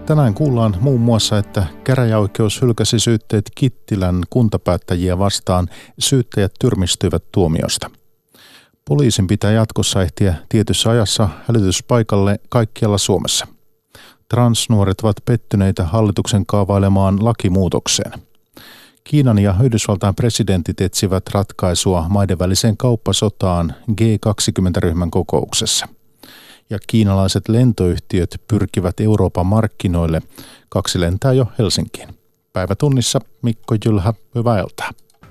Tänään kuullaan muun muassa, että käräjäoikeus hylkäsi syytteet Kittilän kuntapäättäjiä vastaan. Syyttäjät tyrmistyivät tuomiosta. Poliisin pitää jatkossa ehtiä tietyssä ajassa hälytyspaikalle kaikkialla Suomessa. Transnuoret ovat pettyneitä hallituksen kaavailemaan lakimuutokseen. Kiinan ja Yhdysvaltain presidentit etsivät ratkaisua maiden väliseen kauppasotaan G20-ryhmän kokouksessa. Ja kiinalaiset lentoyhtiöt pyrkivät Euroopan markkinoille. 2 lentää jo Helsinkiin. Päivätunnissa Mikko Jylhä, hyvää iltaa.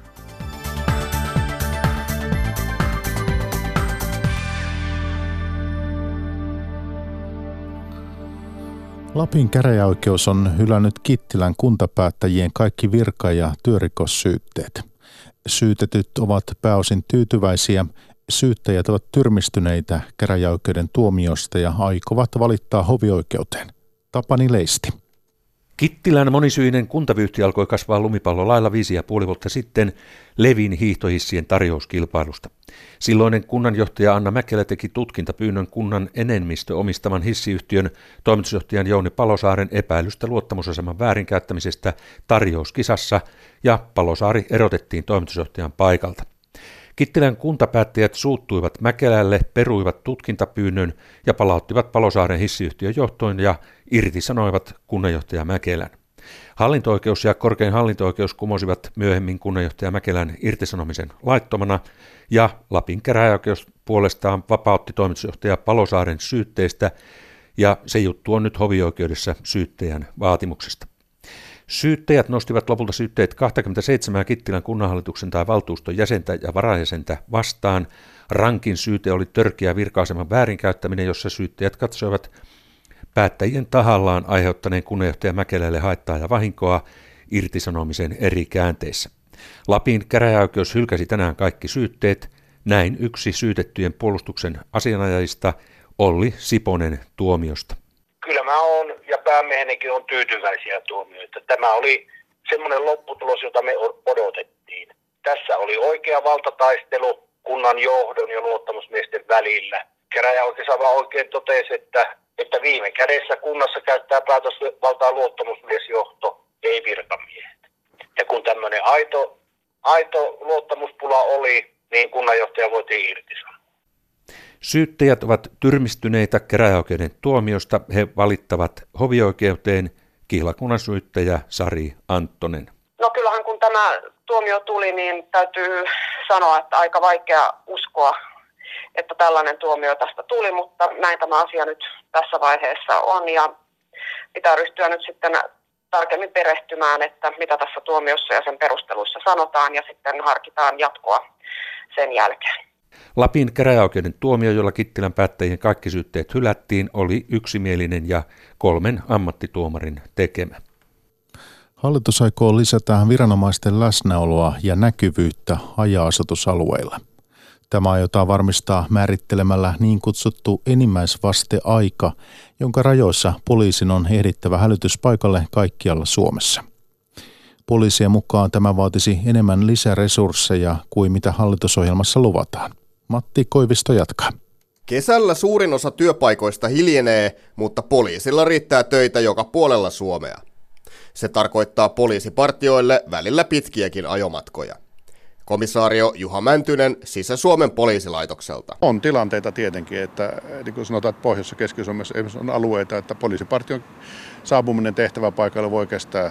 Lapin käräjäoikeus on hylännyt Kittilän kuntapäättäjien kaikki virka- ja työrikossyytteet. Syytetyt ovat pääosin tyytyväisiä. Syyttäjät ovat tyrmistyneitä käräjäoikeuden tuomiosta ja aikovat valittaa hovioikeuteen. Tapani Leisti. Kittilän monisyinen kuntavyyhti alkoi kasvaa lumipallolailla 5,5 vuotta sitten Levin hiihtohissien tarjouskilpailusta. Silloinen kunnanjohtaja Anna Mäkelä teki tutkintapyynnön kunnan enemmistö omistaman hissiyhtiön toimitusjohtajan Jouni Palosaaren epäilystä luottamusaseman väärinkäyttämisestä tarjouskisassa ja Palosaari erotettiin toimitusjohtajan paikalta. Kittilän kuntapäättäjät suuttuivat Mäkelälle, peruivat tutkintapyynnön ja palauttivat Palosaaren hissiyhtiön johtoon ja irtisanoivat kunnanjohtaja Mäkelän. Hallinto-oikeus ja korkein hallinto-oikeus kumosivat myöhemmin kunnanjohtaja Mäkelän irtisanomisen laittomana ja Lapin käräjäoikeus puolestaan vapautti toimitusjohtaja Palosaaren syytteistä ja se juttu on nyt hovioikeudessa syyttäjän vaatimuksesta. Syyttäjät nostivat lopulta syytteet 27 Kittilän kunnanhallituksen tai valtuuston jäsentä ja varajäsentä vastaan. Rankin syyte oli törkeä virka-aseman väärinkäyttäminen, jossa syyttäjät katsoivat päättäjien tahallaan aiheuttaneen kunnanjohtaja Mäkelälle haittaa ja vahinkoa irtisanomisen eri käänteissä. Lapin käräjäoikeus hylkäsi tänään kaikki syytteet. Näin yksi syytettyjen puolustuksen asianajajista Olli Siponen tuomiosta. Kyllä mä oon ja päämiehenkin on tyytyväisiä tuomioita. Tämä oli semmoinen lopputulos, jota me odotettiin. Tässä oli oikea valtataistelu kunnan johdon ja luottamusmiesten välillä. Käräjäoikeus aivan oikein totesi, että viime kädessä kunnassa käyttää päätösvaltaa luottamusmiesjohto, ei virkamiehet. Ja kun tämmöinen aito luottamuspula oli, niin kunnanjohtaja voitiin irtisanoa. Syyttäjät ovat tyrmistyneitä käräjäoikeuden tuomiosta. He valittavat hovioikeuteen. Kihlakunnan syyttäjä Sari Anttonen. No kyllähän kun tämä tuomio tuli, niin täytyy sanoa, että aika vaikea uskoa, että tällainen tuomio tästä tuli, mutta näin tämä asia nyt tässä vaiheessa on ja pitää ryhtyä nyt sitten tarkemmin perehtymään, että mitä tässä tuomiossa ja sen perusteluissa sanotaan ja sitten harkitaan jatkoa sen jälkeen. Lapin käräjäoikeuden tuomio, jolla Kittilän päättäjien kaikki syytteet hylättiin, oli yksimielinen ja 3 ammattituomarin tekemä. Hallitus aikoo lisätä viranomaisten läsnäoloa ja näkyvyyttä haja-asutusalueilla. Tämä aiotaan varmistaa määrittelemällä niin kutsuttu enimmäisvasteaika, jonka rajoissa poliisin on ehdittävä hälytyspaikalle kaikkialla Suomessa. Poliisien mukaan tämä vaatisi enemmän lisäresursseja kuin mitä hallitusohjelmassa luvataan. Matti Koivisto jatkaa. Kesällä suurin osa työpaikoista hiljenee, mutta poliisilla riittää töitä joka puolella Suomea. Se tarkoittaa poliisipartioille välillä pitkiäkin ajomatkoja. Komisario Juha Mäntynen Sisä-Suomen poliisilaitokselta. On tilanteita tietenkin, että niin kuin sanotaan, että Pohjois- ja Keski-Suomessa on alueita, että poliisipartion saapuminen tehtäväpaikalle voi kestää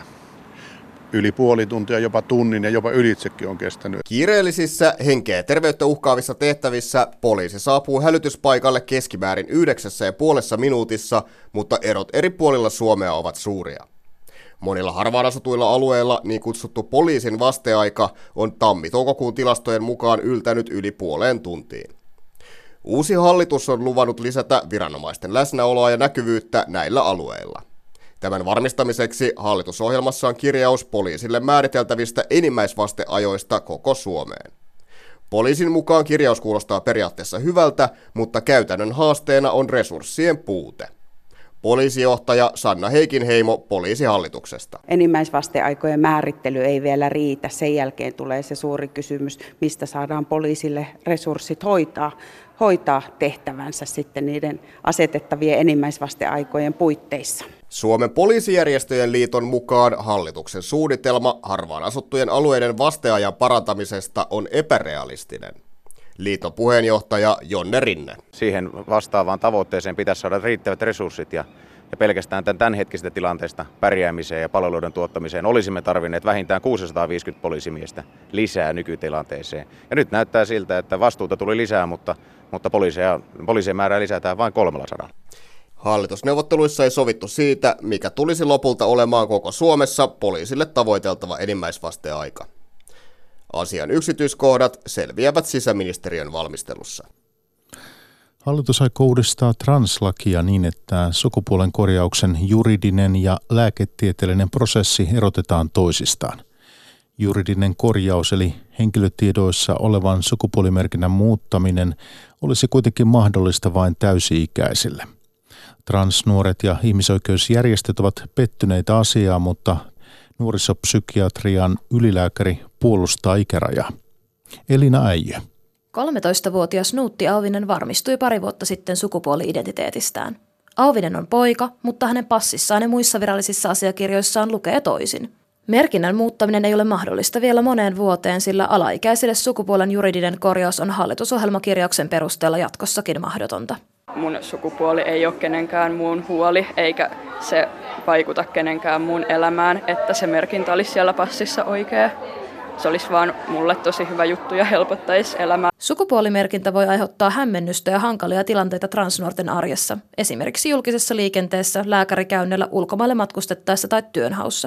yli puoli tuntia, jopa tunnin ja jopa ylitsekin on kestänyt. Kiireellisissä henkeä ja terveyttä uhkaavissa tehtävissä poliisi saapuu hälytyspaikalle keskimäärin 9,5 minuutissa, mutta erot eri puolilla Suomea ovat suuria. Monilla harvaan asutuilla alueilla niin kutsuttu poliisin vasteaika on tammi-toukokuun tilastojen mukaan yltänyt yli puoleen tuntiin. Uusi hallitus on luvannut lisätä viranomaisten läsnäoloa ja näkyvyyttä näillä alueilla. Tämän varmistamiseksi hallitusohjelmassa on kirjaus poliisille määriteltävistä enimmäisvasteajoista koko Suomeen. Poliisin mukaan kirjaus kuulostaa periaatteessa hyvältä, mutta käytännön haasteena on resurssien puute. Poliisijohtaja Sanna Heikinheimo Poliisihallituksesta. Enimmäisvasteaikojen määrittely ei vielä riitä. Sen jälkeen tulee se suuri kysymys, mistä saadaan poliisille resurssit hoitaa tehtävänsä sitten niiden asetettavien enimmäisvasteaikojen puitteissa. Suomen poliisijärjestöjen liiton mukaan hallituksen suunnitelma harvaan asuttujen alueiden vasteajan parantamisesta on epärealistinen. Liiton puheenjohtaja Jonne Rinne. Siihen vastaavaan tavoitteeseen pitäisi saada riittävät resurssit ja pelkästään tämänhetkisestä tilanteesta pärjäämiseen ja palveluiden tuottamiseen olisimme tarvinneet vähintään 650 poliisimiestä lisää nykytilanteeseen. Ja nyt näyttää siltä, että vastuuta tuli lisää, mutta poliisien määrää lisätään vain 300. Hallitusneuvotteluissa ei sovittu siitä, mikä tulisi lopulta olemaan koko Suomessa poliisille tavoiteltava enimmäisvasteaika. Asian yksityiskohdat selviävät sisäministeriön valmistelussa. Hallitus aikoo uudistaa translakia niin, että sukupuolen korjauksen juridinen ja lääketieteellinen prosessi erotetaan toisistaan. Juridinen korjaus eli henkilötiedoissa olevan sukupuolimerkinnän muuttaminen olisi kuitenkin mahdollista vain täysi-ikäisille. Transnuoret ja ihmisoikeusjärjestöt ovat pettyneitä asiaa, mutta nuorisopsykiatrian ylilääkäri puolustaa ikärajaa. Elina Äijö. 13-vuotias Nuutti Auvinen varmistui pari vuotta sitten sukupuoli-identiteetistään. Auvinen on poika, mutta hänen passissaan ja muissa virallisissa asiakirjoissaan lukee toisin. Merkinnän muuttaminen ei ole mahdollista vielä moneen vuoteen, sillä alaikäisille sukupuolen juridinen korjaus on hallitusohjelmakirjauksen perusteella jatkossakin mahdotonta. Mun sukupuoli ei ole kenenkään muun huoli, eikä se vaikuta kenenkään muun elämään, että se merkintä olisi siellä passissa oikea. Se olisi vaan mulle tosi hyvä juttu ja helpottaisi elämää. Sukupuolimerkintä voi aiheuttaa hämmennystä ja hankalia tilanteita transnuorten arjessa, esimerkiksi julkisessa liikenteessä, lääkärikäynnillä, ulkomaille matkustettaessa tai työnhaussa.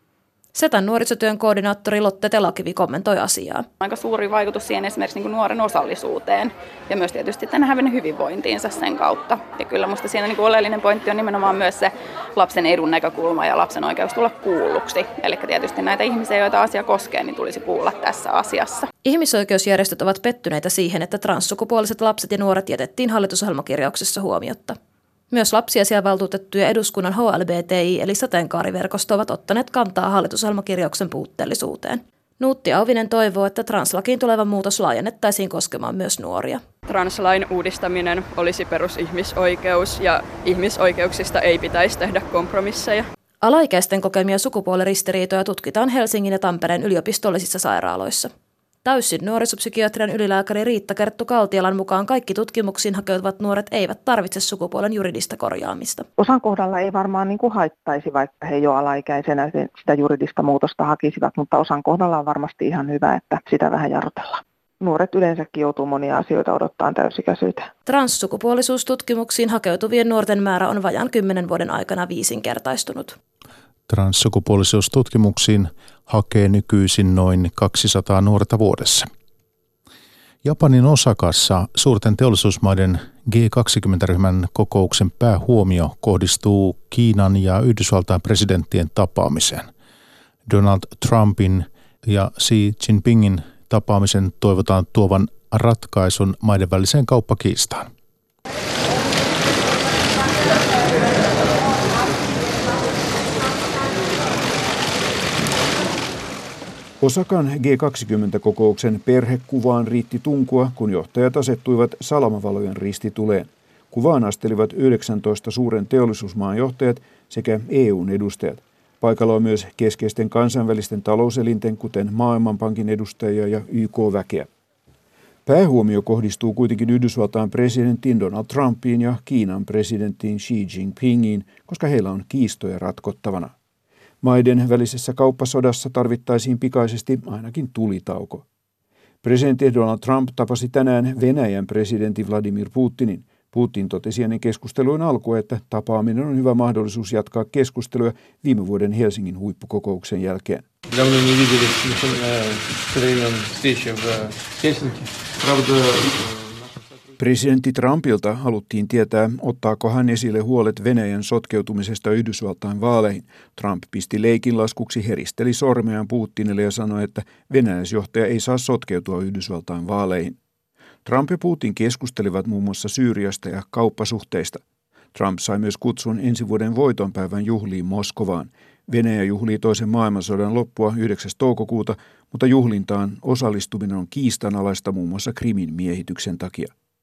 Setän nuorisotyön koordinaattori Lotte Telakivi kommentoi asiaa. Aika suuri vaikutus siihen esimerkiksi nuoren osallisuuteen ja myös tietysti tänne hänen hyvinvointiinsa sen kautta. Ja kyllä minusta siinä oleellinen pointti on nimenomaan myös se lapsen edun näkökulma ja lapsen oikeus tulla kuulluksi. Eli tietysti näitä ihmisiä, joita asia koskee, niin tulisi kuulla tässä asiassa. Ihmisoikeusjärjestöt ovat pettyneitä siihen, että transsukupuoliset lapset ja nuoret jätettiin hallitusohjelmakirjauksessa huomiotta. Myös lapsiasiavaltuutettu ja eduskunnan HLBTI eli sateenkaariverkosto ovat ottaneet kantaa hallitusohjelmakirjauksen puutteellisuuteen. Nuutti Auvinen toivoo, että translakiin tuleva muutos laajennettaisiin koskemaan myös nuoria. Translain uudistaminen olisi perusihmisoikeus ja ihmisoikeuksista ei pitäisi tehdä kompromisseja. Alaikäisten kokemia sukupuoliristiriitoja tutkitaan Helsingin ja Tampereen yliopistollisissa sairaaloissa. Täysin nuorisopsykiatrian ylilääkäri Riitta-Kerttu Kaltialan mukaan kaikki tutkimuksiin hakeutuvat nuoret eivät tarvitse sukupuolen juridista korjaamista. Osan kohdalla ei varmaan haittaisi, vaikka he jo alaikäisenä sitä juridista muutosta hakisivat, mutta osan kohdalla on varmasti ihan hyvä, että sitä vähän jarrutellaan. Nuoret yleensäkin joutuu monia asioita odottaa täysikäisyyteen. Transsukupuolisuustutkimuksiin hakeutuvien nuorten määrä on vajaan 10 vuoden aikana viisinkertaistunut. Transsukupuolisuustutkimuksiin hakee nykyisin noin 200 nuorta vuodessa. Japanin Osakassa suurten teollisuusmaiden G20-ryhmän kokouksen päähuomio kohdistuu Kiinan ja Yhdysvaltain presidenttien tapaamiseen. Donald Trumpin ja Xi Jinpingin tapaamisen toivotaan tuovan ratkaisun maiden väliseen kauppakiistaan. Osakan G20-kokouksen perhekuvaan riitti tunkua, kun johtajat asettuivat salamavalojen ristituleen. Kuvaan astelivat 19 suuren teollisuusmaan johtajat sekä EU:n edustajat. Paikalla on myös keskeisten kansainvälisten talouselinten, kuten Maailmanpankin edustajia ja YK-väkeä. Päähuomio kohdistuu kuitenkin Yhdysvaltain presidenttiin Donald Trumpiin ja Kiinan presidenttiin Xi Jinpingiin, koska heillä on kiistoja ratkottavana. Maiden välisessä kauppasodassa tarvittaisiin pikaisesti ainakin tulitauko. Presidentti Donald Trump tapasi tänään Venäjän presidentti Vladimir Putinin. Putin totesi ennen keskustelujen alkua, että tapaaminen on hyvä mahdollisuus jatkaa keskustelua viime vuoden Helsingin huippukokouksen jälkeen. Presidentti Trumpilta haluttiin tietää, ottaako hän esille huolet Venäjän sotkeutumisesta Yhdysvaltain vaaleihin. Trump pisti leikinlaskuksi, heristeli sormeaan Putinille ja sanoi, että venäläisjohtaja ei saa sotkeutua Yhdysvaltain vaaleihin. Trump ja Putin keskustelivat muun muassa Syyriasta ja kauppasuhteista. Trump sai myös kutsun ensi vuoden voitonpäivän juhliin Moskovaan. Venäjä juhlii toisen maailmansodan loppua 9. toukokuuta, mutta juhlintaan osallistuminen on kiistanalaista muun muassa Krimin miehityksen takia.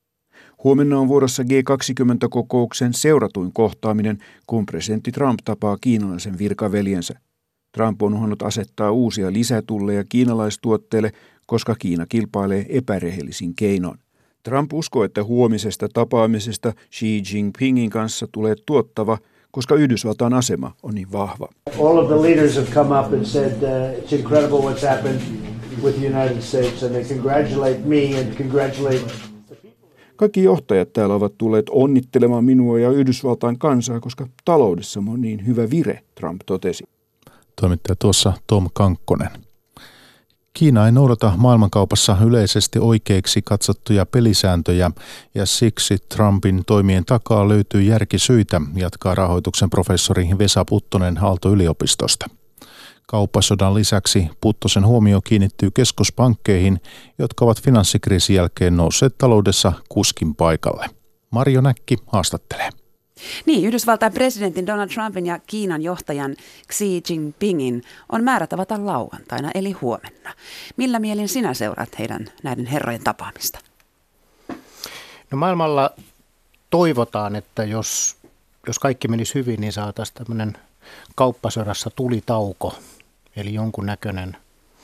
Huomenna on vuorossa G20-kokouksen seuratuin kohtaaminen, kun presidentti Trump tapaa kiinalaisen virkaveljensä. Trump on uhannut asettaa uusia lisätulleja kiinalaistuotteille, koska Kiina kilpailee epärehellisin keinoin. Trump uskoo, että huomisesta tapaamisesta Xi Jinpingin kanssa tulee tuottava, koska Yhdysvaltain asema on niin vahva. All of the leaders have come up and said it's incredible what's happened with the United States and they congratulate me and congratulate. Kaikki johtajat täällä ovat tulleet onnittelemaan minua ja Yhdysvaltain kansaa, koska taloudessa on niin hyvä vire, Trump totesi. Toimittaja tuossa Tom Kankkonen. Kiina ei noudata maailmankaupassa yleisesti oikeiksi katsottuja pelisääntöjä ja siksi Trumpin toimien takaa löytyy järkisyitä, jatkaa rahoituksen professori Vesa Puttonen Aalto-yliopistosta. Kauppasodan lisäksi Puttosen huomio kiinnittyy keskuspankkeihin, jotka ovat finanssikriisin jälkeen nousseet taloudessa kuskin paikalle. Marjo Näkki haastattelee. Niin, Yhdysvaltain presidentin Donald Trumpin ja Kiinan johtajan Xi Jinpingin on määrä tavata lauantaina eli huomenna. Millä mielin sinä seuraat näiden herrojen tapaamista? No maailmalla toivotaan, että jos kaikki menisi hyvin, niin saataisiin tämmöinen kauppasodassa tulitauko, eli jonkunnäköinen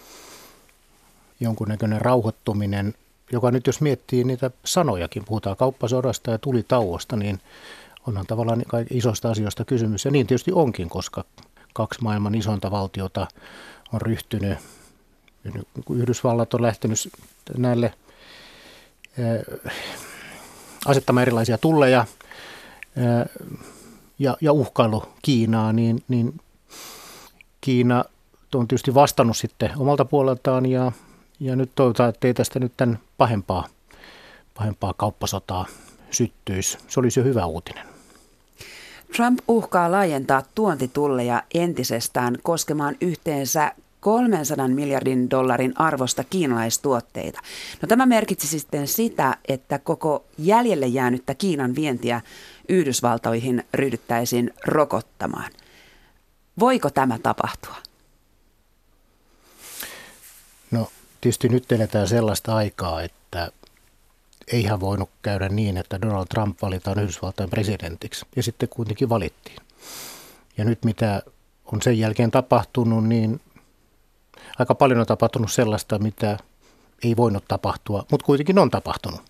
rauhoittuminen, joka nyt jos miettii niitä sanojakin, puhutaan kauppasodasta ja tulitauosta, niin onhan tavallaan isosta asioista kysymys. Ja niin tietysti onkin, koska kaksi maailman isointa valtiota on ryhtynyt, Yhdysvallat on lähtenyt näille asettamaan erilaisia tulleja ja uhkailu Kiinaa, niin Kiina on tietysti vastannut sitten omalta puoleltaan ja nyt toivotaan, että ei tästä nyt tämän pahempaa kauppasotaa syttyisi. Se olisi jo hyvä uutinen. Trump uhkaa laajentaa tuontitulleja entisestään koskemaan yhteensä $300 miljardin arvosta kiinalaistuotteita. No, tämä merkitsi sitten sitä, että koko jäljelle jäänyttä Kiinan vientiä Yhdysvaltoihin ryhdyttäisiin rokottamaan. Voiko tämä tapahtua? No tietysti nyt eletään sellaista aikaa, että eihän voinut käydä niin, että Donald Trump valitaan Yhdysvaltain presidentiksi ja sitten kuitenkin valittiin. Ja nyt mitä on sen jälkeen tapahtunut, niin aika paljon on tapahtunut sellaista, mitä ei voinut tapahtua, mutta kuitenkin on tapahtunut.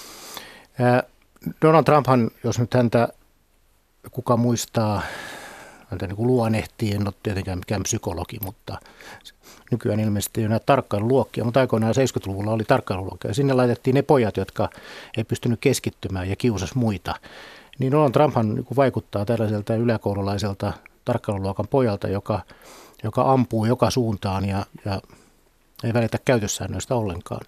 Donald Trumphan, jos nyt häntä kuka muistaa, häntä niin kuin luonnehtii, en ole tietenkään mikään psykologi, mutta nykyään ilmeisesti ei ole näitä tarkkailuluokkia, mutta aikoinaan 70-luvulla oli tarkkailuluokkia. Ja sinne laitettiin ne pojat, jotka ei pystynyt keskittymään ja kiusasi muita. Niin Donald Trumphan niin kuin vaikuttaa tällaiselta yläkoululaiselta tarkkailuluokan pojalta, joka ampuu joka suuntaan ja ei välitä käytössäännöistä ollenkaan.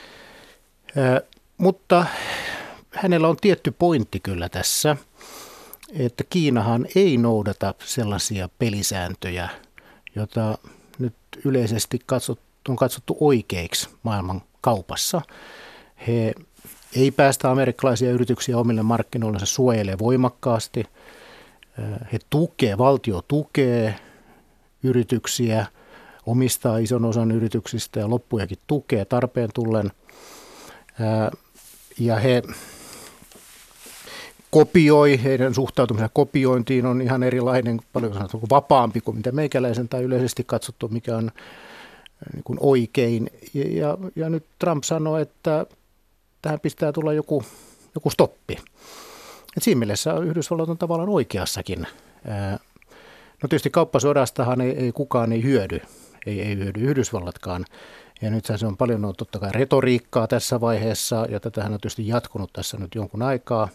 Mutta hänellä on tietty pointti kyllä tässä, että Kiinahan ei noudata sellaisia pelisääntöjä, joita nyt yleisesti on katsottu oikeiksi maailman kaupassa. He ei päästä amerikkalaisia yrityksiä omille markkinoillensa, suojelee voimakkaasti. Valtio tukee yrityksiä, omistaa ison osan yrityksistä ja loppujakin tukee tarpeen tullen. Ja he heidän suhtautumisensa kopiointiin on ihan erilainen, paljon sanottu vapaampi kuin mitä meikäläisen tai yleisesti katsottu, mikä on niin kuin oikein. Ja nyt Trump sanoi, että tähän pitää tulla joku stoppi. Et siinä mielessä Yhdysvallat on tavallaan oikeassakin. No tietysti kauppasodastahan ei kukaan hyödy, ei hyödy Yhdysvallatkaan. Ja nythän se on paljon totta kai retoriikkaa tässä vaiheessa, ja tätähän on tietysti jatkunut tässä nyt jonkun aikaa.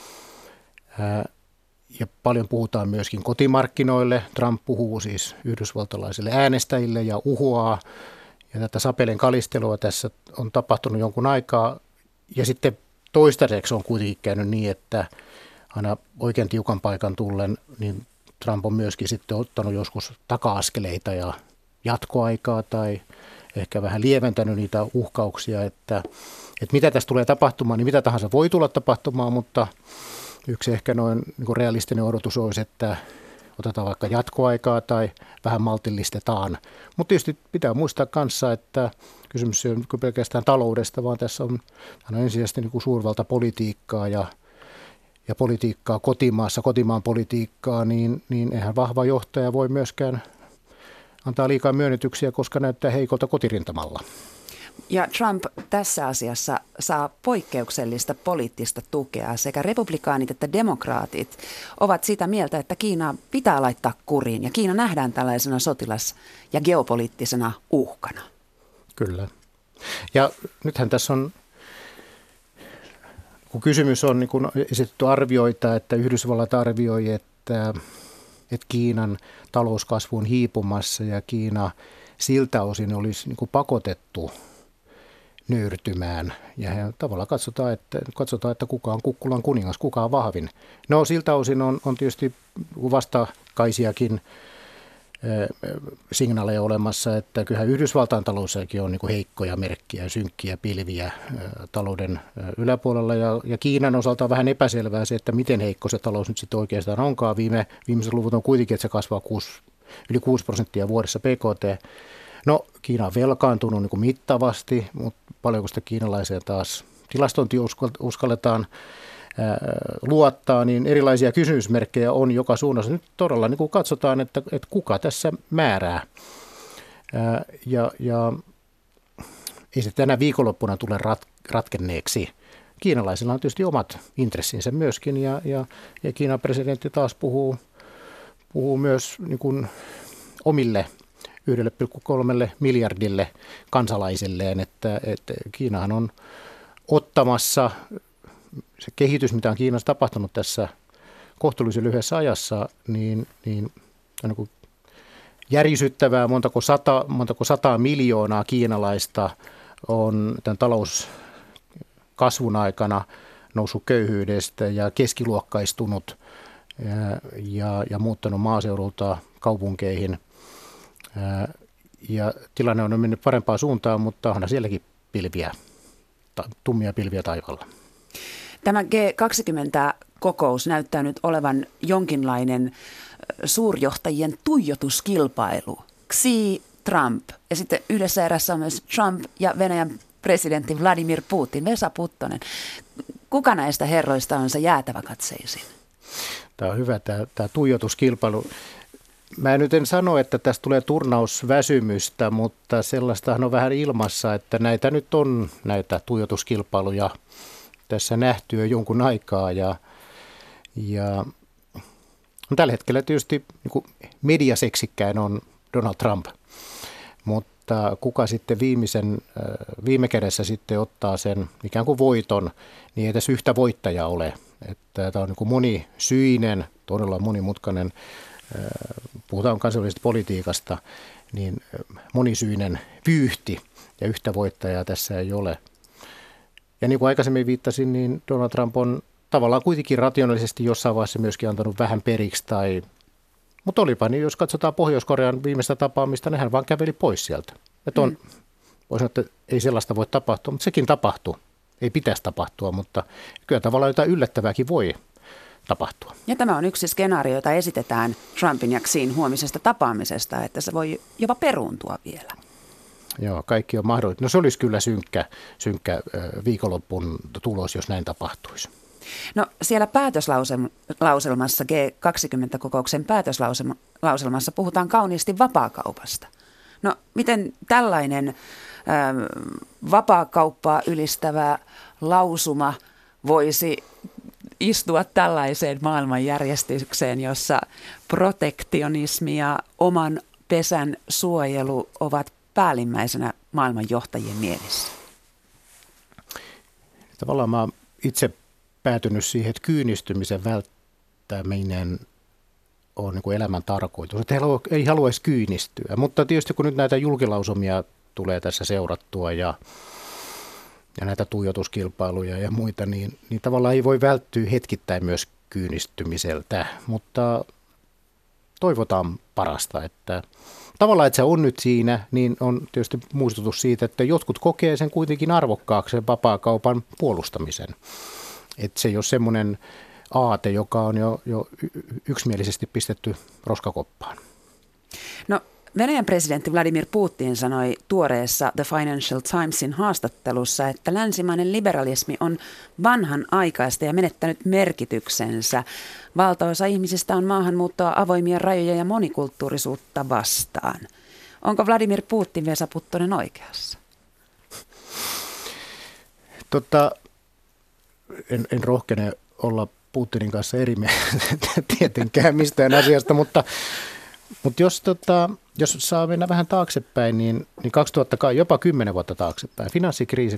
Ja paljon puhutaan myöskin kotimarkkinoille. Trump puhuu siis yhdysvaltalaisille äänestäjille ja uhoaa. Ja tätä sapelen kalistelua tässä on tapahtunut jonkun aikaa. Ja sitten toistaiseksi on kuitenkin käynyt niin, että aina oikein tiukan paikan tullen, niin Trump on myöskin sitten ottanut joskus taka-askeleita ja jatkoaikaa tai ehkä vähän lieventänyt niitä uhkauksia, että mitä tässä tulee tapahtumaan, niin mitä tahansa voi tulla tapahtumaan, mutta yksi ehkä noin niin kuin realistinen odotus olisi, että otetaan vaikka jatkoaikaa tai vähän maltillistetaan. Mutta tietysti pitää muistaa kanssa, että kysymys ei ole pelkästään taloudesta, vaan tässä on ensisijaisesti niin kuin suurvaltapolitiikkaa ja politiikkaa kotimaassa, kotimaan politiikkaa, niin eihän vahva johtaja voi myöskään antaa liikaa myönnytyksiä, koska näyttää heikolta kotirintamalla. Ja Trump tässä asiassa saa poikkeuksellista poliittista tukea. Sekä republikaanit että demokraatit ovat sitä mieltä, että Kiina pitää laittaa kuriin. Ja Kiina nähdään tällaisena sotilas- ja geopoliittisena uhkana. Kyllä. Ja nythän tässä on, kun kysymys on niin kun esitetty arvioita, että Yhdysvallat arvioi, että Kiinan talouskasvu on hiipumassa ja Kiina siltä osin olisi niin kuin pakotettu nöyrtymään. Ja tavallaan katsotaan, että kuka on kukkulan kuningas, kuka on vahvin. No siltä osin on tietysti vastakaisiakin signaaleja olemassa, että kyllähän Yhdysvaltain taloussakin on niin kuin heikkoja merkkiä, synkkiä pilviä talouden yläpuolella. Ja Kiinan osalta on vähän epäselvää se, että miten heikko se talous nyt sitten oikeastaan onkaan. Viimeiset luvut on kuitenkin, että se kasvaa yli 6% vuodessa PKT. No, Kiina on velkaantunut niin kuin mittavasti, mutta paljonko sitä kiinalaisia taas tilastointia uskalletaan luottaa, niin erilaisia kysymysmerkkejä on joka suunnassa. Nyt todella niin kuin katsotaan, että kuka tässä määrää. Ja ei se tänä viikonloppuna tule ratkenneeksi. Kiinalaisilla on tietysti omat intressinsä myöskin, ja Kiinan presidentti taas puhuu myös niin kuin omille 1,3 miljardille kansalaiselleen, että Kiinahan on ottamassa se kehitys, mitä on Kiinassa tapahtunut tässä kohtuullisen lyhyessä ajassa, niin on niin järisyttävää, montako 100 miljoonaa kiinalaista on tämän talouskasvun aikana noussut köyhyydestä ja keskiluokkaistunut ja muuttanut maaseudulta kaupunkeihin. Ja tilanne on mennyt parempaan suuntaan, mutta onhan sielläkin tummia pilviä taivaalla. Tämä G20-kokous näyttää nyt olevan jonkinlainen suurjohtajien tuijotuskilpailu. Xi, Trump ja sitten yhdessä erässä on myös Trump ja Venäjän presidentti Vladimir Putin, Vesa Puttonen. Kuka näistä herroista on se jäätävä katseisin? Tämä on hyvä, tämä tuijotuskilpailu. Mä nyt en sano, että tästä tulee turnausväsymystä, mutta sellaistahan on vähän ilmassa, että näitä nyt on näitä tuijotuskilpailuja tässä nähty jo jonkun aikaa. Ja tällä hetkellä tietysti niin mediaseksikkäin on Donald Trump, mutta kuka sitten viime kädessä sitten ottaa sen ikään kuin voiton, niin ei tässä yhtä voittajaa ole. Että tämä on niin kuin monisyinen, todella monimutkainen. Puhutaan kansainvälisestä politiikasta, niin monisyinen vyyhti ja yhtä voittajaa tässä ei ole. Ja niin kuin aikaisemmin viittasin, niin Donald Trump on tavallaan kuitenkin rationaalisesti jossain vaiheessa myöskin antanut vähän periksi. Mutta olipa niin, jos katsotaan Pohjois-Korean viimeistä tapaamista, niin hän vaan käveli pois sieltä. Voisi sanoa, että ei sellaista voi tapahtua, mutta sekin tapahtuu. Ei pitäisi tapahtua, mutta kyllä tavallaan jotain yllättävääkin voi tapahtua. Ja tämä on yksi skenaario, jota esitetään Trumpin ja Xin huomisesta tapaamisesta, että se voi jopa peruuntua vielä. Joo, kaikki on mahdollista. No se olisi kyllä synkkä viikonloppun tulos, jos näin tapahtuisi. No siellä päätöslauselmassa, G20-kokouksen päätöslauselmassa puhutaan kauniisti vapaakaupasta. No miten tällainen vapaakauppaa ylistävä lausuma voisi istua tällaiseen maailmanjärjestykseen, jossa protektionismi ja oman pesän suojelu ovat päällimmäisenä maailmanjohtajien mielessä? Tavallaan mä oon itse päätynyt siihen, että kyynistymisen välttäminen on niin kuin elämän tarkoitus. Että ei haluaisi kyynistyä, mutta tietysti kun nyt näitä julkilausumia tulee tässä seurattua ja näitä tuijotuskilpailuja ja muita, niin tavallaan ei voi välttyä hetkittäin myös kyynistymiseltä, mutta toivotaan parasta, että tavallaan, että se on nyt siinä, niin on tietysti muistutus siitä, että jotkut kokee sen kuitenkin arvokkaaksi sen vapaakaupan puolustamisen. Että se ei ole semmoinen aate, joka on jo yksimielisesti pistetty roskakoppaan. No, Venäjän presidentti Vladimir Putin sanoi tuoreessa The Financial Timesin haastattelussa, että länsimainen liberalismi on vanhanaikaista ja menettänyt merkityksensä. Valtaosa ihmisistä on maahanmuuttoa, avoimia rajoja ja monikulttuurisuutta vastaan. Onko Vladimir Putin, Vesa Puttonen, oikeassa? En rohkene olla Putinin kanssa eri mieltä tietenkään mistään asiasta, mutta jos saa mennä vähän taaksepäin, niin 2000, jopa 10 vuotta taaksepäin, finanssikriisi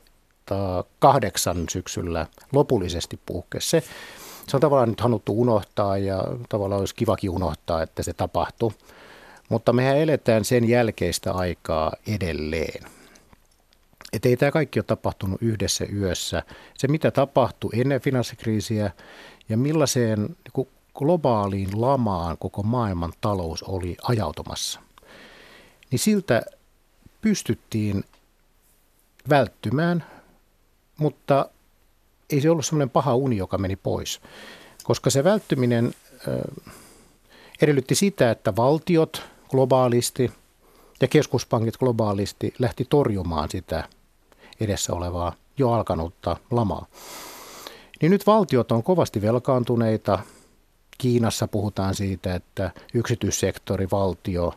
2008 syksyllä lopullisesti puhkesi. Se on tavallaan nyt haluttu unohtaa ja tavallaan olisi kivakin unohtaa, että se tapahtui, mutta mehän eletään sen jälkeistä aikaa edelleen. Että ei tämä kaikki ole tapahtunut yhdessä yössä. Se, mitä tapahtui ennen finanssikriisiä ja millaiseen globaaliin lamaan koko maailman talous oli ajautumassa, niin siltä pystyttiin välttymään, mutta ei se ollut semmoinen paha uni, joka meni pois, koska se välttyminen edellytti sitä, että valtiot globaalisti ja keskuspankit globaalisti lähti torjumaan sitä edessä olevaa jo alkanutta lamaa. Niin nyt valtiot on kovasti velkaantuneita. Kiinassa puhutaan siitä, että yksityissektori, valtio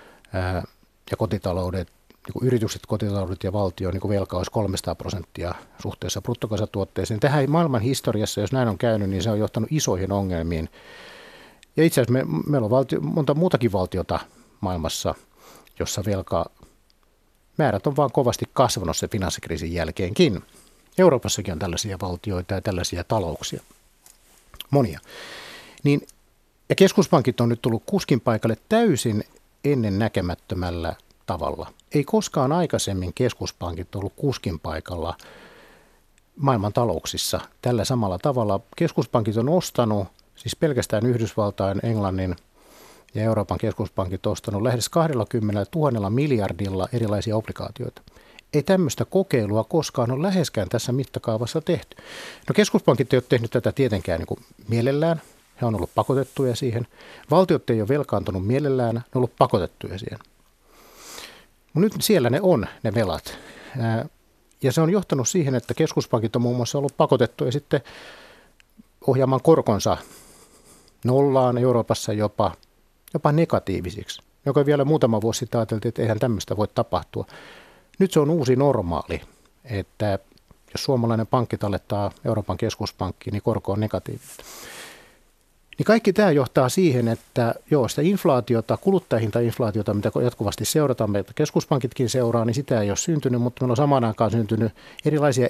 ja kotitaloudet, niin yritykset, kotitaloudet ja valtio niin velka olisi 300% suhteessa bruttokansantuotteeseen. Tähän maailman historiassa, jos näin on käynyt, niin se on johtanut isoihin ongelmiin. Ja itse asiassa meillä on monta muutakin valtiota maailmassa, jossa velkamäärät on vaan kovasti kasvanut sen finanssikriisin jälkeenkin. Euroopassakin on tällaisia valtioita ja tällaisia talouksia. Monia. Ja keskuspankit on nyt tullut kuskin paikalle täysin ennen näkemättömällä tavalla. Ei koskaan aikaisemmin keskuspankit ollut kuskin paikalla maailman talouksissa tällä samalla tavalla. Keskuspankit on ostanut, siis pelkästään Yhdysvaltain, Englannin ja Euroopan keskuspankit on ostanut lähes 20 000 miljardilla erilaisia obligaatioita. Ei tämmöistä kokeilua koskaan ole läheskään tässä mittakaavassa tehty. No keskuspankit ei ole tehnyt tätä tietenkään niin kuin mielellään. He on ollut pakotettuja siihen. Valtiot ei ole velkaantunut mielellään, ne on ollut pakotettuja siihen. Mutta nyt siellä ne on, ne velat. Ja se on johtanut siihen, että keskuspankit on muun muassa ollut pakotettuja sitten ohjaamaan korkonsa nollaan, Euroopassa jopa negatiivisiksi. Joka vielä muutama vuosi sitten ajateltiin, että eihän tämmöistä voi tapahtua. Nyt se on uusi normaali, että jos suomalainen pankki tallettaa Euroopan keskuspankkiin, niin korko on negatiivista. Niin kaikki tämä johtaa siihen, että sitä inflaatiota, kuluttajahintainflaatiota, mitä jatkuvasti seurataan, meitä keskuspankitkin seuraa, niin sitä ei ole syntynyt, mutta meillä on samaan aikaan syntynyt erilaisia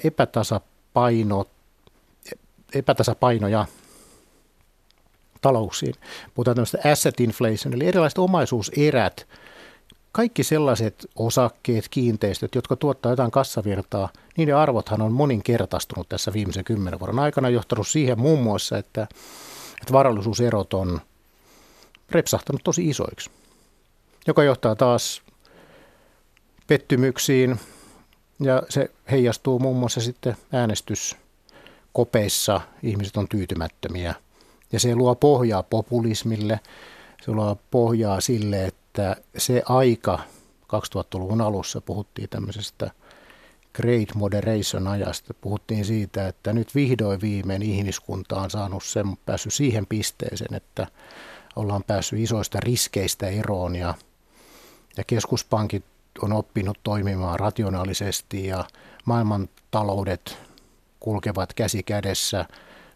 epätasapainoja talouksiin. Puhutaan tämmöistä asset inflation, eli erilaiset omaisuuserät, kaikki sellaiset osakkeet, kiinteistöt, jotka tuottaa jotain kassavirtaa, niiden arvothan on moninkertaistunut tässä viimeisen 10 vuoden aikana, johtanut siihen muun muassa, että varallisuuserot on repsahtanut tosi isoiksi, joka johtaa taas pettymyksiin ja se heijastuu muun muassa sitten äänestyskopeissa. Ihmiset on tyytymättömiä ja se luo pohjaa populismille, se luo pohjaa sille, että se aika 2000-luvun alussa puhuttiin tämmöisestä Great Moderation-ajasta. Puhuttiin siitä, että nyt vihdoin viimein ihmiskunta on päässyt siihen pisteeseen, että ollaan päässyt isoista riskeistä eroon ja keskuspankit on oppinut toimimaan rationaalisesti ja maailman taloudet kulkevat käsi kädessä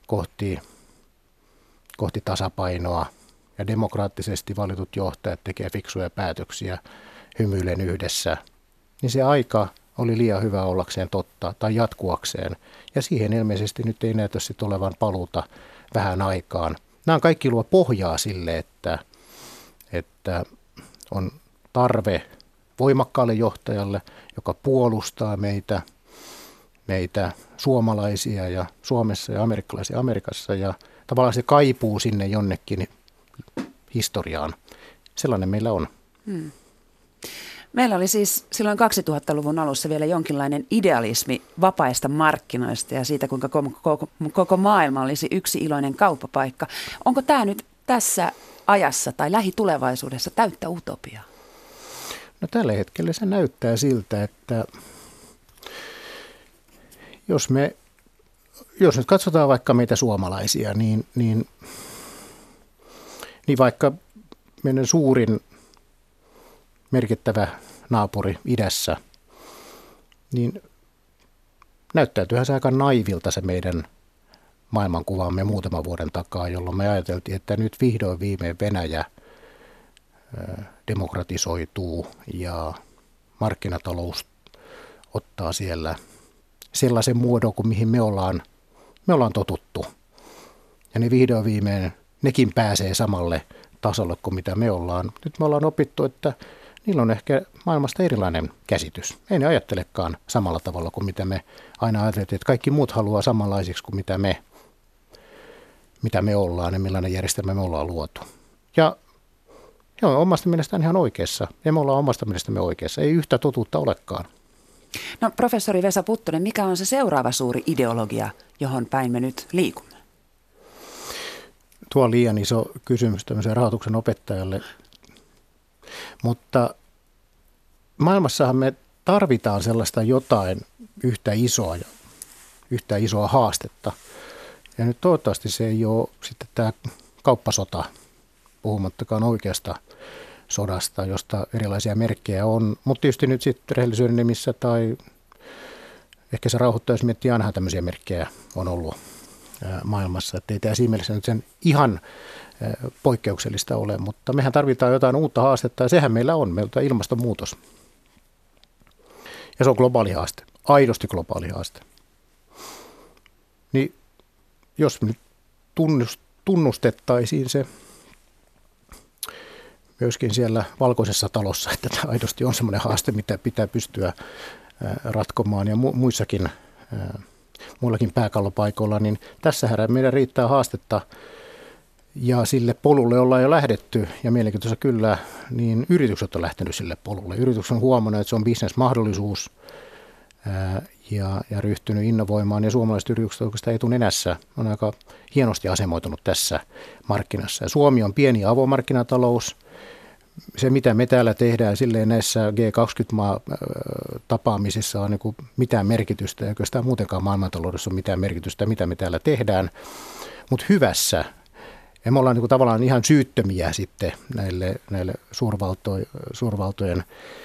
kohti tasapainoa ja demokraattisesti valitut johtajat tekee fiksuja päätöksiä hymyillen yhdessä, niin se aika oli liian hyvä ollakseen totta tai jatkuakseen. Ja siihen ilmeisesti nyt ei näytä sitten olevan paluuta vähän aikaan. Nämä kaikki luo pohjaa sille, että on tarve voimakkaalle johtajalle, joka puolustaa meitä suomalaisia ja Suomessa ja amerikkalaisia Amerikassa. Ja tavallaan se kaipuu sinne jonnekin historiaan. Sellainen meillä on. Meillä oli siis silloin 2000-luvun alussa vielä jonkinlainen idealismi vapaista markkinoista ja siitä, kuinka koko maailma olisi yksi iloinen kauppapaikka. Onko tämä nyt tässä ajassa tai lähitulevaisuudessa täyttä utopiaa? No tällä hetkellä se näyttää siltä, että jos nyt katsotaan vaikka meitä suomalaisia, niin vaikka meidän suurin merkittävä naapuri idässä, niin näyttäytyyhän se aika naivilta se meidän maailmankuvaamme muutaman vuoden takaa, jolloin me ajateltiin, että nyt vihdoin viimein Venäjä demokratisoituu ja markkinatalous ottaa siellä sellaisen muodon kuin mihin me ollaan totuttu. Ja ne vihdoin viimein nekin pääsee samalle tasolle kuin mitä me ollaan. Nyt me ollaan opittu, että niillä on ehkä maailmasta erilainen käsitys. Ei ne ajattelekaan samalla tavalla kuin mitä me aina ajateltiin, että kaikki muut haluaa samanlaisiksi kuin mitä me ollaan ja millainen järjestelmä me ollaan luotu. Ja joo, omasta mielestään ihan oikeassa. Ja me ollaan omasta mielestämme oikeassa. Ei yhtä totuutta olekaan. No professori Vesa Puttonen, mikä on se seuraava suuri ideologia, johon päin me nyt liikumme? Tuo on liian iso kysymys tämmöisen rahoituksen opettajalle. Mutta maailmassahan me tarvitaan sellaista jotain yhtä isoa haastetta. Ja nyt toivottavasti se ei ole sitten tämä kauppasota, puhumattakaan oikeasta sodasta, josta erilaisia merkkejä on. Mutta tietysti nyt sitten rehellisyyden nimissä tai ehkä se rauhoittaa, jos miettii, ainahan tämmöisiä merkkejä on ollut maailmassa. Että ei tämä siinä mielessä nyt sen ihan poikkeuksellista ole, mutta mehän tarvitaan jotain uutta haastetta ja sehän meillä on. Meiltä ilmastonmuutos. Ja se on globaali haaste, aidosti globaali haaste. Niin jos me nyt tunnustettaisiin se myöskin siellä valkoisessa talossa, että tämä aidosti on semmoinen haaste, mitä pitää pystyä ratkomaan ja muillakin pääkallopaikoilla, niin tässähän meidän riittää haastetta ja sille polulle ollaan jo lähdetty ja mielenkiintoista kyllä, niin yritykset on lähtenyt sille polulle. Yritykset on huomannut, että se on bisnesmahdollisuus ja ryhtynyt innovoimaan ja suomalaiset yritykset oikeastaan etunenässä on aika hienosti asemoitunut tässä markkinassa. Ja Suomi on pieni avomarkkinatalous. Se, mitä me täällä tehdään, silleen näissä G20-tapaamisissa on niin mitään merkitystä, ja oikeastaan muutenkaan maailmantaloudessa on mitään merkitystä, mitä me täällä tehdään, mutta hyvässä. Ja me ollaan niin tavallaan ihan syyttömiä sitten näille suurvaltojen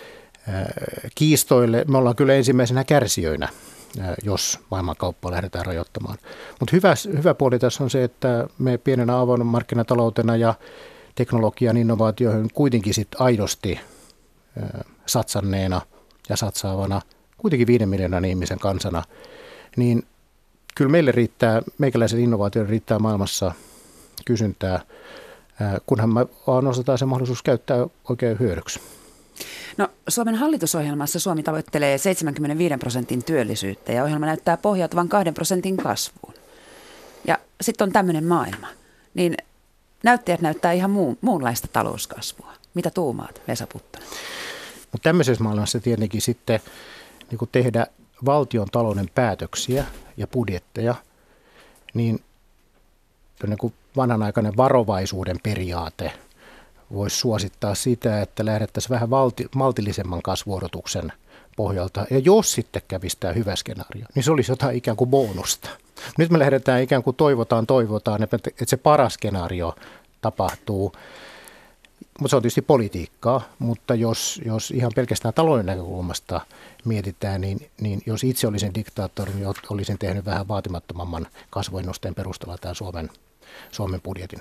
kiistoille. Me ollaan kyllä ensimmäisenä kärsijöinä, jos maailmankauppaa lähdetään rajoittamaan. Mutta hyvä puoli tässä on se, että me pienenä avoin markkinataloutena ja teknologian innovaatioihin kuitenkin sit aidosti satsanneena ja satsaavana kuitenkin 5 miljoonan ihmisen kansana, niin kyllä meille riittää, meikäläisen innovaatioille riittää maailmassa kysyntää, kunhan me vaan osataan se mahdollisuus käyttää oikein hyödyksi. No, Suomen hallitusohjelmassa Suomi tavoittelee 75% työllisyyttä ja ohjelma näyttää pohjautuvan 2% kasvuun. Ja sitten on tämmöinen maailma, niin näyttäjät näyttää ihan muunlaista talouskasvua. Mitä tuumaat, Vesa Puttonen? Mutta tämmöisessä maailmassa tietenkin sitten niin kun tehdä valtion talouden päätöksiä ja budjetteja, niin kuin vanhanaikainen varovaisuuden periaate voisi suosittaa sitä, että lähdettäisiin vähän maltillisemman kasvuodotuksen pohjalta. Ja jos sitten kävisi tämä hyvä skenaario, niin se olisi jotain ikään kuin bonusta. Nyt me lähdetään ikään kuin toivotaan, että se paras skenaario tapahtuu. Mutta se on tietysti politiikkaa, mutta jos ihan pelkästään talouden näkökulmasta mietitään, niin jos itse olisin diktaattori, niin olisin tehnyt vähän vaatimattomamman kasvuennusteen perusteella tämän Suomen budjetin.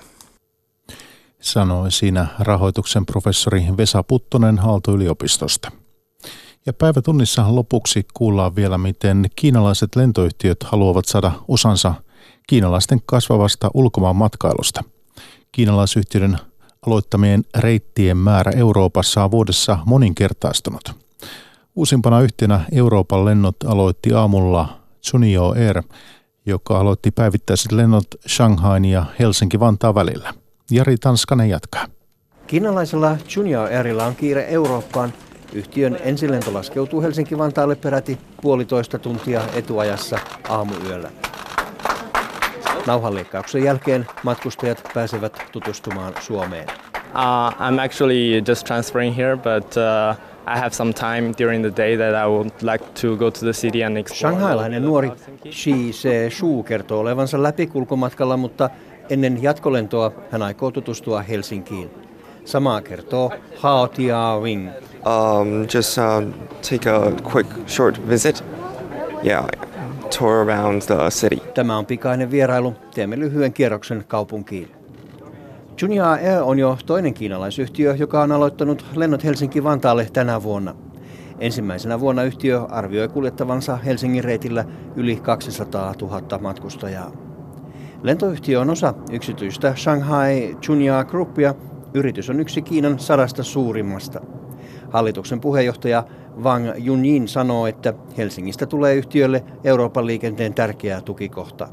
Sanoi siinä rahoituksen professori Vesa Puttonen Aalto-yliopistosta. Ja päivätunnissa lopuksi kuullaan vielä, miten kiinalaiset lentoyhtiöt haluavat saada osansa kiinalaisten kasvavasta ulkomaanmatkailusta. Kiinalaisyhtiöiden aloittamien reittien määrä Euroopassa on vuodessa moninkertaistunut. Uusimpana yhtiönä Euroopan lennot aloitti aamulla Juneyao Air, joka aloitti päivittäiset lennot Shanghain ja Helsinki-Vantaan välillä. Jari Tanskanen jatkaa. Kiinalaisella Juneyao Airilla on kiire Eurooppaan Yhtiön ensilento laskeutuu Helsinki-Vantaalle peräti 1,5 tuntia etuajassa aamuyöllä. Nauhanleikkauksen jälkeen matkustajat pääsevät tutustumaan Suomeen. I'm actually just transferring here, but I have some time during the day that I would like to go to the city and explore. Shanghailainen nuori Shi Se-shu kertoo olevansa läpikulkumatkalla, mutta ennen jatkolentoa hän aikoo tutustua Helsinkiin. Samaa kertoo Hao Tia-wing. Just take a quick short visit. Yeah, tour around the city. Tämä on pikainen vierailu. Teemme lyhyen kierroksen kaupunkiin. Junior Air on jo toinen kiinalaisyhtiö, joka on aloittanut lennot Helsinki-Vantaalle tänä vuonna. Ensimmäisenä vuonna yhtiö arvioi kuljettavansa Helsingin reitillä yli 200 000 matkustajaa. Lentoyhtiö on osa yksityistä Shanghai Junior Groupia. Yritys on yksi Kiinan 100 suurimmasta. Hallituksen puheenjohtaja Wang Yunyin sanoo, että Helsingistä tulee yhtiölle Euroopan liikenteen tärkeä tukikohta.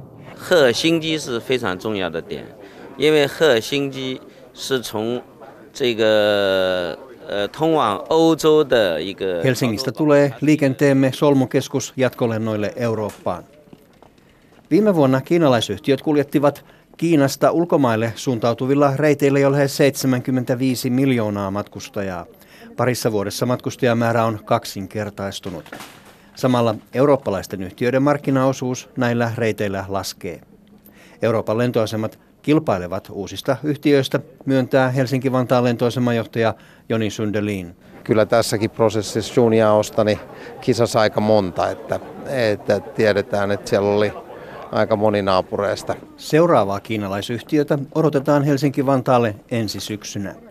Helsingistä tulee liikenteemme solmukeskus jatkolennoille Eurooppaan. Viime vuonna kiinalaisyhtiöt kuljettivat Kiinasta ulkomaille suuntautuvilla reiteillä jo lähes 75 miljoonaa matkustajaa. Parissa vuodessa matkustajamäärä on kaksinkertaistunut. Samalla eurooppalaisten yhtiöiden markkinaosuus näillä reiteillä laskee. Euroopan lentoasemat kilpailevat uusista yhtiöistä, myöntää Helsinki-Vantaan lentoasemajohtaja Joni Sundelin. Kyllä tässäkin prosessissa Juniorista niin kisasi aika monta, että tiedetään, että siellä oli aika moni naapureista. Seuraavaa kiinalaisyhtiötä odotetaan Helsinki-Vantaalle ensi syksynä.